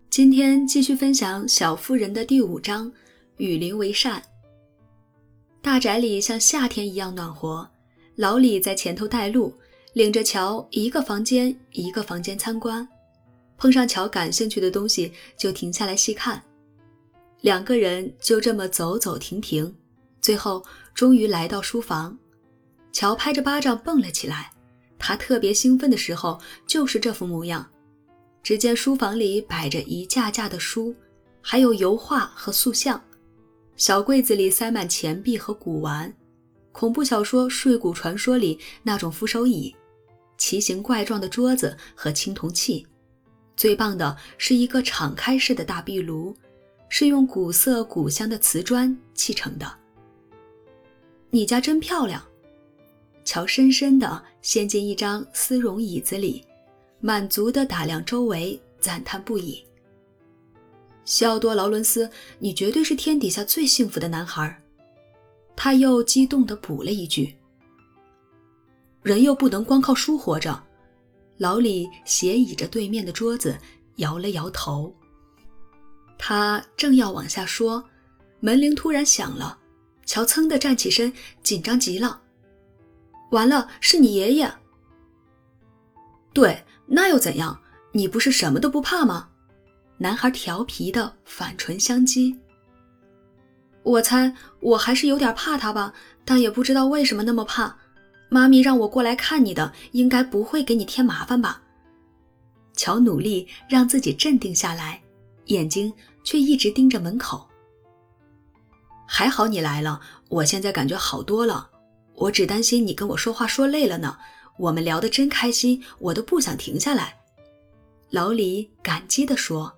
今天继续分享《小妇人》的第5章，与邻为善。大宅里像夏天一样暖和，老李在前头带路，领着乔一个房间一个房间参观，碰上乔感兴趣的东西就停下来细看。2个人就这么走走停停，最后终于来到书房。乔拍着巴掌蹦了起来，他特别兴奋的时候就是这副模样。只见书房里摆着一架架的书，还有油画和塑像，小柜子里塞满钱币和古玩，恐怖小说《睡谷传说》里那种扶手椅，奇形怪状的桌子和青铜器，最棒的是一个敞开式的大壁炉，是用古色古香的瓷砖砌成的。你家真漂亮。乔深深地陷进一张丝绒椅子里，满足地打量周围，赞叹不已。西奥多·劳伦斯，你绝对是天底下最幸福的男孩。他又激动地补了一句。人又不能光靠书活着。老李斜倚着对面的桌子，摇了摇头。他正要往下说，门铃突然响了，乔噌地站起身，紧张极了。完了，是你爷爷。对，那又怎样？你不是什么都不怕吗？男孩调皮的反唇相讥。我猜我还是有点怕他吧，但也不知道为什么那么怕。妈咪让我过来看你的，应该不会给你添麻烦吧？乔努力让自己镇定下来，眼睛却一直盯着门口。还好你来了，我现在感觉好多了。我只担心你跟我说话说累了呢，我们聊得真开心，我都不想停下来。老李感激地说。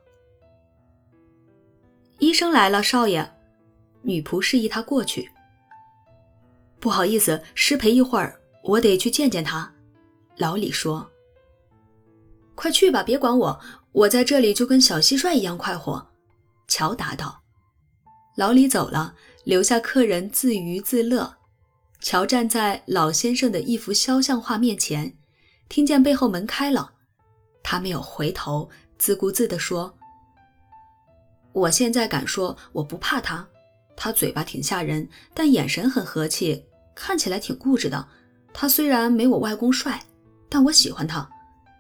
医生来了，少爷。女仆示意他过去。不好意思，失陪一会儿，我得去见见他。老李说。快去吧，别管我，我在这里就跟小蟋蟀一样快活。乔答道。老李走了，留下客人自娱自乐。乔站在老先生的一幅肖像画面前，听见背后门开了，他没有回头，自顾自地说：我现在敢说我不怕他，他嘴巴挺吓人，但眼神很和气，看起来挺固执的。他虽然没我外公帅，但我喜欢他。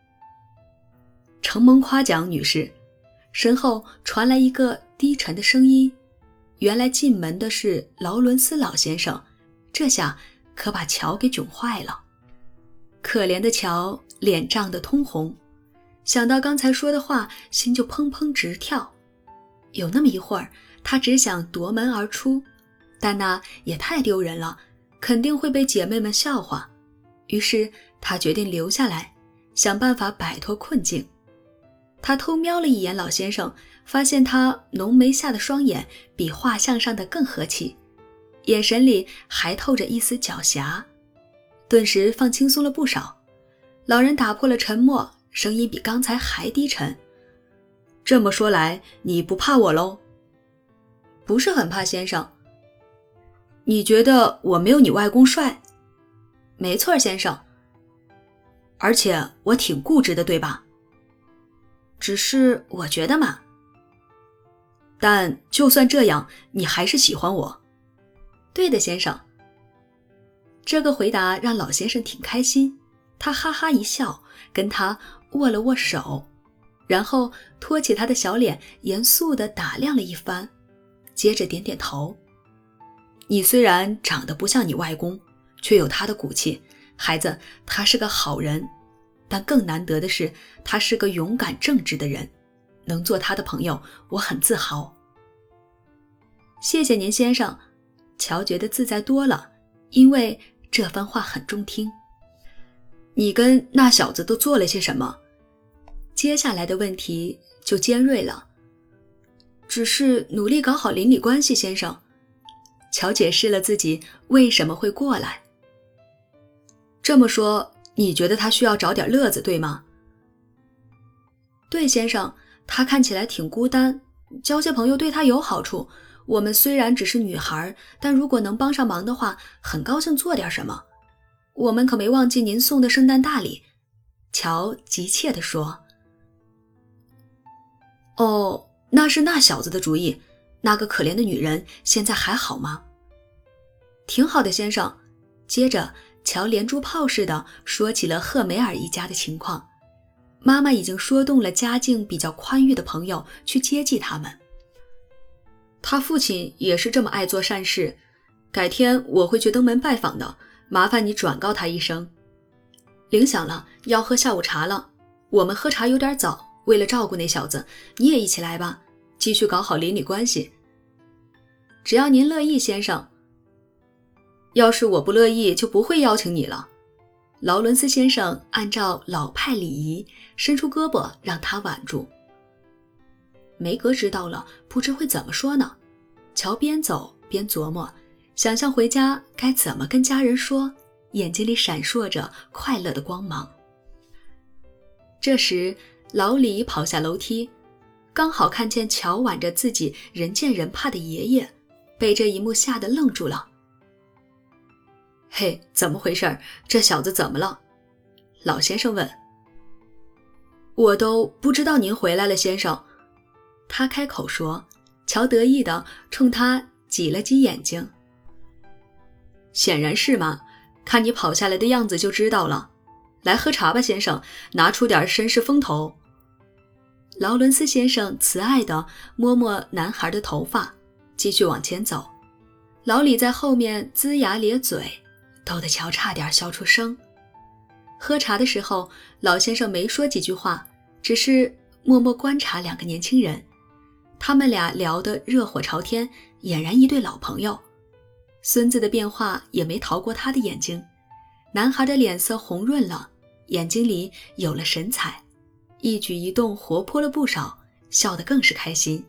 承蒙夸奖，女士。身后传来一个低沉的声音，原来进门的是劳伦斯老先生，这下可把乔给窘坏了。可怜的乔脸涨得通红，想到刚才说的话，心就砰砰直跳。有那么一会儿，他只想夺门而出，但那也太丢人了，肯定会被姐妹们笑话。于是他决定留下来，想办法摆脱困境。他偷瞄了一眼老先生，发现他浓眉下的双眼比画像上的更和气，眼神里还透着一丝狡黠，顿时放轻松了不少。老人打破了沉默，声音比刚才还低沉。这么说来，你不怕我喽？不是很怕，先生。你觉得我没有你外公帅？没错，先生。而且我挺固执的，对吧？只是我觉得嘛。但就算这样，你还是喜欢我。对的，先生。这个回答让老先生挺开心，他哈哈一笑，跟他握了握手，然后托起他的小脸，严肃地打量了一番，接着点点头。你虽然长得不像你外公，却有他的骨气。孩子，他是个好人，但更难得的是，他是个勇敢正直的人。能做他的朋友，我很自豪。谢谢您，先生。乔觉得自在多了，因为这番话很中听。你跟那小子都做了些什么？接下来的问题就尖锐了。只是努力搞好邻里关系，先生。乔解释了自己为什么会过来。这么说，你觉得他需要找点乐子，对吗？对，先生，他看起来挺孤单，交些朋友对他有好处。我们虽然只是女孩，但如果能帮上忙的话，很高兴做点什么。我们可没忘记您送的圣诞大礼。乔急切地说。 哦，那是那小子的主意，那个可怜的女人现在还好吗？挺好的，先生。接着乔连珠炮似的说起了赫梅尔一家的情况，妈妈已经说动了家境比较宽裕的朋友去接济他们。他父亲也是这么爱做善事，改天我会去登门拜访的，麻烦你转告他一声。铃响了，要喝下午茶了，我们喝茶有点早，为了照顾那小子，你也一起来吧，继续搞好邻里关系。只要您乐意，先生。要是我不乐意，就不会邀请你了。劳伦斯先生按照老派礼仪伸出胳膊让他挽住。梅格知道了，不知会怎么说呢。乔边走边琢磨，想象回家该怎么跟家人说，眼睛里闪烁着快乐的光芒。这时老李跑下楼梯，刚好看见乔挽着自己人见人怕的爷爷，被这一幕吓得愣住了。嘿，怎么回事？这小子怎么了？老先生问。我都不知道您回来了，先生。他开口说，乔得意地冲他挤了挤眼睛。显然是嘛，看你跑下来的样子就知道了。来喝茶吧，先生，拿出点绅士风头。劳伦斯先生慈爱地摸摸男孩的头发，继续往前走。老李在后面龇牙咧嘴，逗得乔差点笑出声。喝茶的时候，老先生没说几句话，只是默默观察两个年轻人。他们俩聊得热火朝天，俨然一对老朋友。孙子的变化也没逃过他的眼睛，男孩的脸色红润了，眼睛里有了神采，一举一动活泼了不少，笑得更是开心。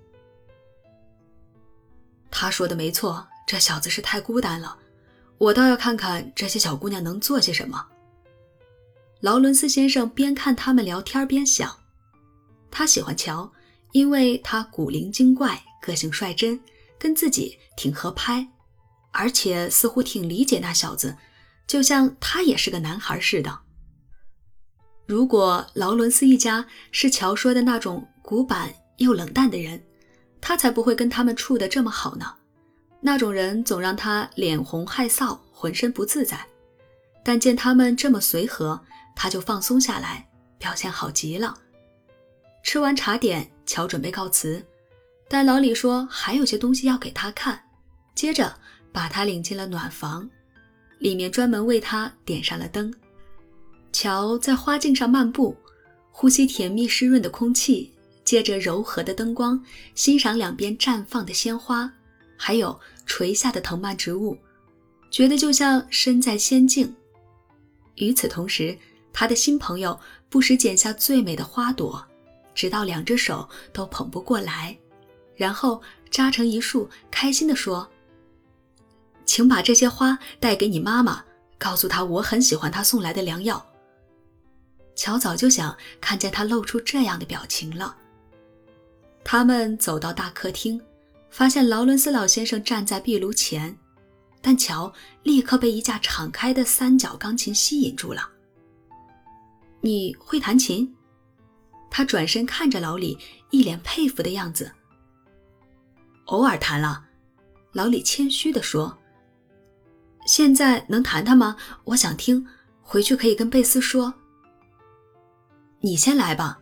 他说的没错，这小子是太孤单了，我倒要看看这些小姑娘能做些什么。劳伦斯先生边看他们聊天边想，他喜欢乔，因为他古灵精怪，个性率真，跟自己挺合拍，而且似乎挺理解那小子，就像他也是个男孩似的。如果劳伦斯一家是乔说的那种古板又冷淡的人，他才不会跟他们处得这么好呢。那种人总让他脸红害臊，浑身不自在。但见他们这么随和，他就放松下来，表现好极了。吃完茶点，乔准备告辞，但老李说还有些东西要给他看，接着把他领进了暖房，里面专门为他点上了灯。乔在花径上漫步，呼吸甜蜜湿润的空气，借着柔和的灯光，欣赏两边绽放的鲜花，还有垂下的藤蔓植物，觉得就像身在仙境。与此同时，他的新朋友不时剪下最美的花朵，直到两只手都捧不过来，然后扎成一束，开心地说：请把这些花带给你妈妈，告诉她我很喜欢她送来的良药。乔早就想看见他露出这样的表情了。他们走到大客厅，发现劳伦斯老先生站在壁炉前，但乔立刻被一架敞开的三角钢琴吸引住了。你会弹琴？他转身看着老李，一脸佩服的样子。偶尔弹了，老李谦虚地说。现在能弹它吗？我想听，回去可以跟贝斯说。你先来吧。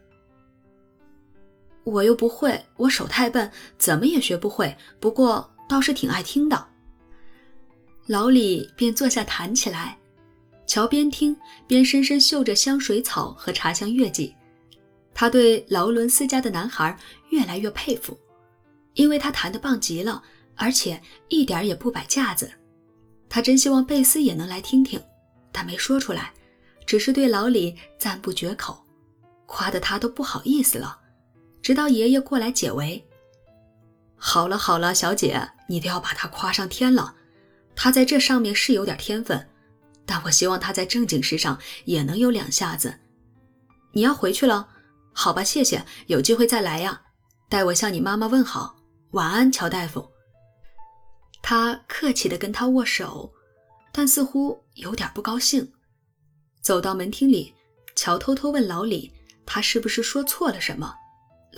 我又不会，我手太笨，怎么也学不会，不过倒是挺爱听的。老李便坐下弹起来，乔边听边深深嗅着香水草和茶香月季。他对劳伦斯家的男孩越来越佩服，因为他弹得棒极了，而且一点也不摆架子。他真希望贝斯也能来听听，但没说出来，只是对老李赞不绝口，夸得他都不好意思了。直到爷爷过来解围。好了好了，小姐，你都要把他夸上天了。他在这上面是有点天分，但我希望他在正经事上也能有两下子。你要回去了？好吧，谢谢，有机会再来呀。代我向你妈妈问好，晚安，乔大夫。他客气地跟他握手，但似乎有点不高兴。走到门厅里，乔偷偷问老李，他是不是说错了什么？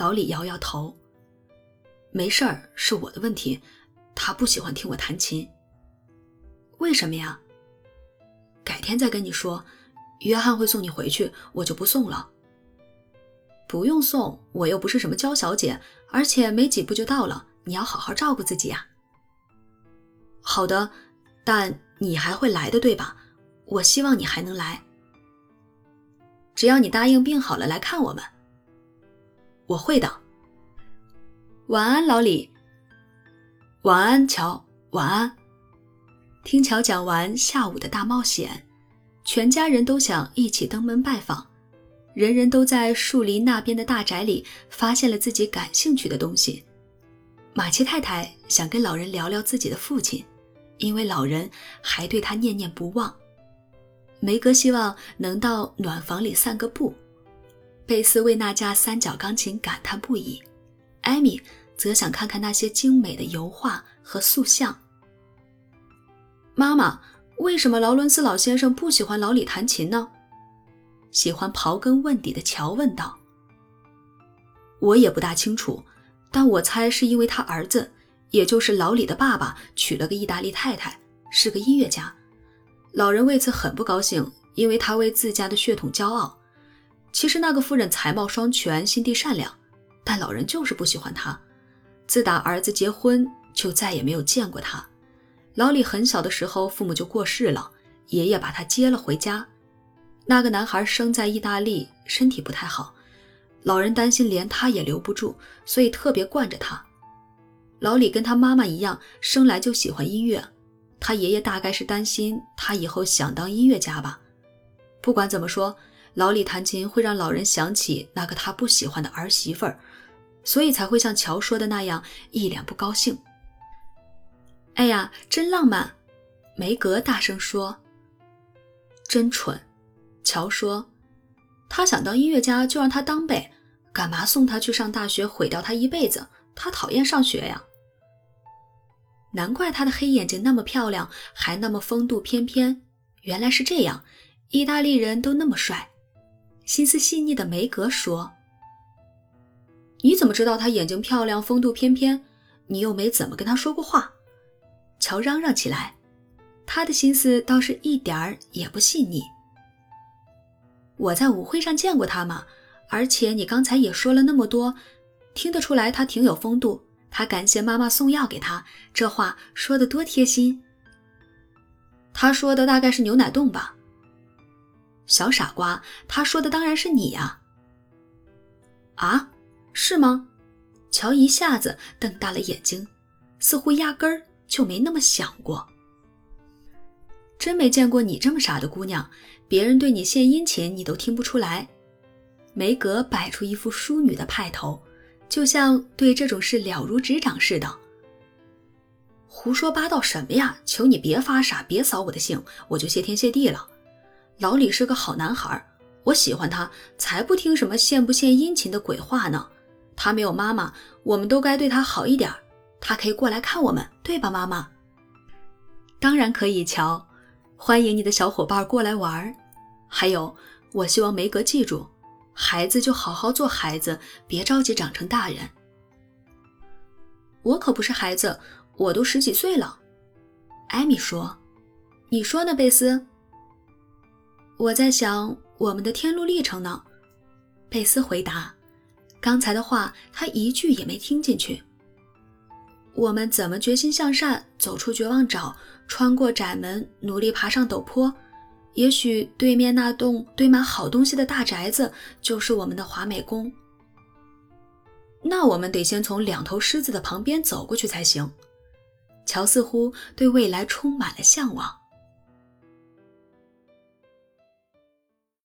老李摇摇头。没事儿，是我的问题，他不喜欢听我弹琴。为什么呀？改天再跟你说，约翰会送你回去，我就不送了。不用送，我又不是什么娇小姐，而且没几步就到了，你要好好照顾自己啊。好的，但你还会来的，对吧？我希望你还能来。只要你答应病好了来看我们。我会的。晚安，老李。晚安，乔。晚安。听乔讲完下午的大冒险，全家人都想一起登门拜访，人人都在树林那边的大宅里发现了自己感兴趣的东西。马奇太太想跟老人聊聊自己的父亲，因为老人还对他念念不忘。梅格希望能到暖房里散个步，贝斯为那架三角钢琴感叹不已，艾米则想看看那些精美的油画和塑像。妈妈，为什么劳伦斯老先生不喜欢老李弹琴呢？喜欢刨根问底的乔问道。我也不大清楚，但我猜是因为他儿子，也就是老李的爸爸，娶了个意大利太太，是个音乐家。老人为此很不高兴，因为他为自家的血统骄傲。其实那个夫人才貌双全，心地善良，但老人就是不喜欢他。自打儿子结婚，就再也没有见过他。老李很小的时候，父母就过世了，爷爷把他接了回家。那个男孩生在意大利，身体不太好，老人担心连他也留不住，所以特别惯着他。老李跟他妈妈一样，生来就喜欢音乐，他爷爷大概是担心他以后想当音乐家吧。不管怎么说，老李弹琴会让老人想起那个他不喜欢的儿媳妇儿，所以才会像乔说的那样一脸不高兴。哎呀，真浪漫，梅格大声说。真蠢，乔说，他想当音乐家就让他当呗，干嘛送他去上大学毁掉他一辈子，他讨厌上学呀。难怪他的黑眼睛那么漂亮，还那么风度翩翩，原来是这样，意大利人都那么帅。心思细腻的梅格说。你怎么知道他眼睛漂亮，风度翩翩？你又没怎么跟他说过话。乔嚷嚷起来，他的心思倒是一点儿也不细腻。我在舞会上见过他嘛，而且你刚才也说了那么多，听得出来他挺有风度，他感谢妈妈送药给他，这话说得多贴心。他说的大概是牛奶冻吧。小傻瓜，他说的当然是你呀。啊，是吗？乔一下子瞪大了眼睛，似乎压根儿就没那么想过。真没见过你这么傻的姑娘，别人对你献殷勤你都听不出来。梅格摆出一副淑女的派头，就像对这种事了如指掌似的。胡说八道什么呀，求你别发傻，别扫我的兴，我就谢天谢地了。老李是个好男孩，我喜欢他，才不听什么献不献殷勤的鬼话呢。他没有妈妈，我们都该对他好一点，他可以过来看我们，对吧妈妈？当然可以，乔，欢迎你的小伙伴过来玩。还有，我希望梅格记住，孩子就好好做孩子，别着急长成大人。我可不是孩子，我都10几岁了。艾米说。你说呢，贝斯？我在想我们的天路历程呢。贝斯回答。刚才的话他一句也没听进去。我们怎么决心向善，走出绝望沼，穿过窄门，努力爬上陡坡，也许对面那栋堆满好东西的大宅子就是我们的华美宫。那我们得先从2头狮子的旁边走过去才行。乔似乎对未来充满了向往。